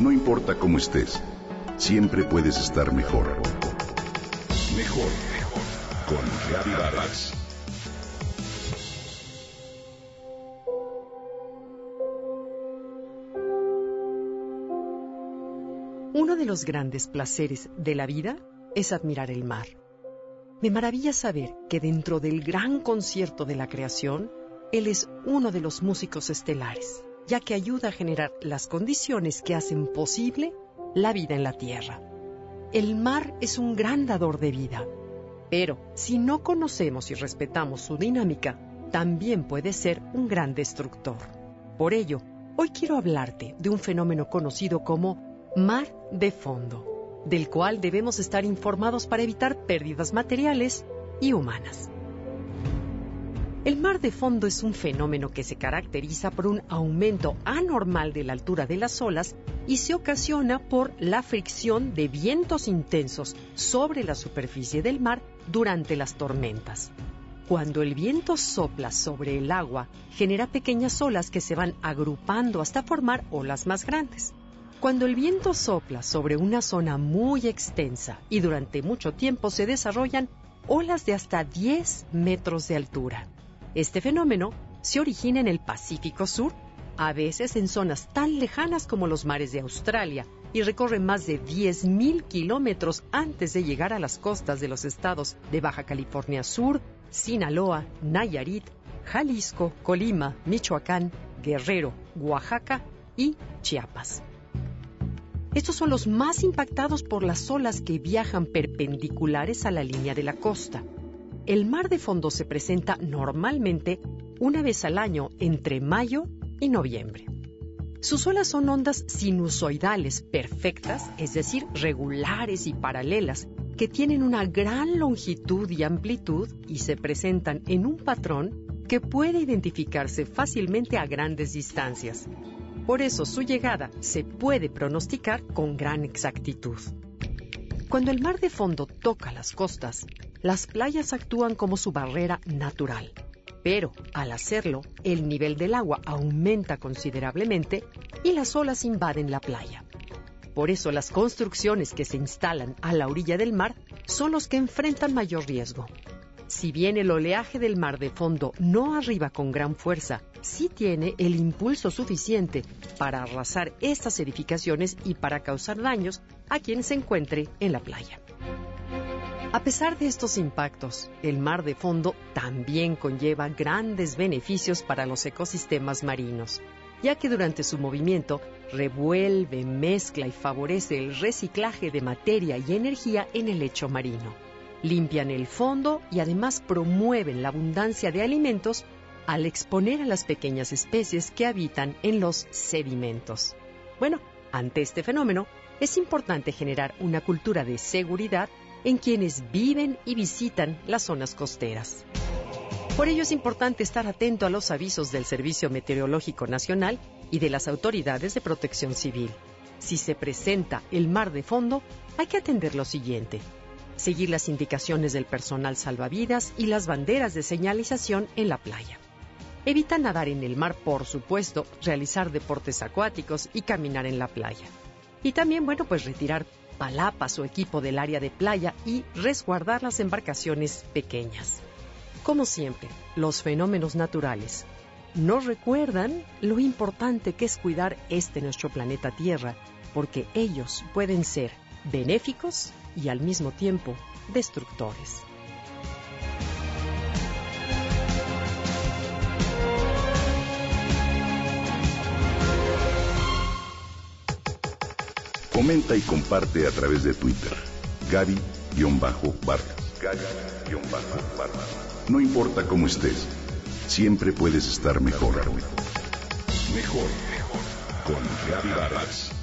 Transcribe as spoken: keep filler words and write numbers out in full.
No importa cómo estés, siempre puedes estar mejor. Mejor, mejor. Con Gaby Vargas. Uno de los grandes placeres de la vida es admirar el mar. Me maravilla saber que dentro del gran concierto de la creación, él es uno de los músicos estelares, ya que ayuda a generar las condiciones que hacen posible la vida en la tierra. El mar es un gran dador de vida, pero si no conocemos y respetamos su dinámica, también puede ser un gran destructor. Por ello, hoy quiero hablarte de un fenómeno conocido como mar de fondo, del cual debemos estar informados para evitar pérdidas materiales y humanas. El mar de fondo es un fenómeno que se caracteriza por un aumento anormal de la altura de las olas y se ocasiona por la fricción de vientos intensos sobre la superficie del mar durante las tormentas. Cuando el viento sopla sobre el agua, genera pequeñas olas que se van agrupando hasta formar olas más grandes. Cuando el viento sopla sobre una zona muy extensa y durante mucho tiempo se desarrollan olas de hasta diez metros de altura. Este fenómeno se origina en el Pacífico Sur, a veces en zonas tan lejanas como los mares de Australia, y recorre más de diez mil kilómetros antes de llegar a las costas de los estados de Baja California Sur, Sinaloa, Nayarit, Jalisco, Colima, Michoacán, Guerrero, Oaxaca y Chiapas. Estos son los más impactados por las olas que viajan perpendiculares a la línea de la costa. El mar de fondo se presenta normalmente una vez al año entre mayo y noviembre. Sus olas son ondas sinusoidales perfectas, es decir, regulares y paralelas, que tienen una gran longitud y amplitud y se presentan en un patrón que puede identificarse fácilmente a grandes distancias. Por eso su llegada se puede pronosticar con gran exactitud. Cuando el mar de fondo toca las costas, las playas actúan como su barrera natural. Pero, al hacerlo, el nivel del agua aumenta considerablemente y las olas invaden la playa. Por eso las construcciones que se instalan a la orilla del mar son los que enfrentan mayor riesgo. Si bien el oleaje del mar de fondo no arriba con gran fuerza, sí tiene el impulso suficiente para arrasar estas edificaciones y para causar daños a quien se encuentre en la playa. A pesar de estos impactos, el mar de fondo también conlleva grandes beneficios para los ecosistemas marinos, ya que durante su movimiento revuelve, mezcla y favorece el reciclaje de materia y energía en el lecho marino. Limpian el fondo y además promueven la abundancia de alimentos al exponer a las pequeñas especies que habitan en los sedimentos. Bueno, ante este fenómeno, es importante generar una cultura de seguridad en quienes viven y visitan las zonas costeras. Por ello es importante estar atento a los avisos del Servicio Meteorológico Nacional y de las autoridades de protección civil. Si se presenta el mar de fondo, hay que atender lo siguiente: seguir las indicaciones del personal salvavidas y las banderas de señalización en la playa. Evita nadar en el mar, por supuesto, realizar deportes acuáticos y caminar en la playa. Y también, bueno, pues retirar palapas o equipo del área de playa y resguardar las embarcaciones pequeñas. Como siempre, los fenómenos naturales nos recuerdan lo importante que es cuidar este nuestro planeta Tierra, porque ellos pueden ser benéficos y al mismo tiempo destructores. Comenta y comparte a través de Twitter. Gaby-Vargas. Gaby-Vargas. No importa cómo estés, siempre puedes estar mejor. Mejor, mejor. Con Gaby Vargas.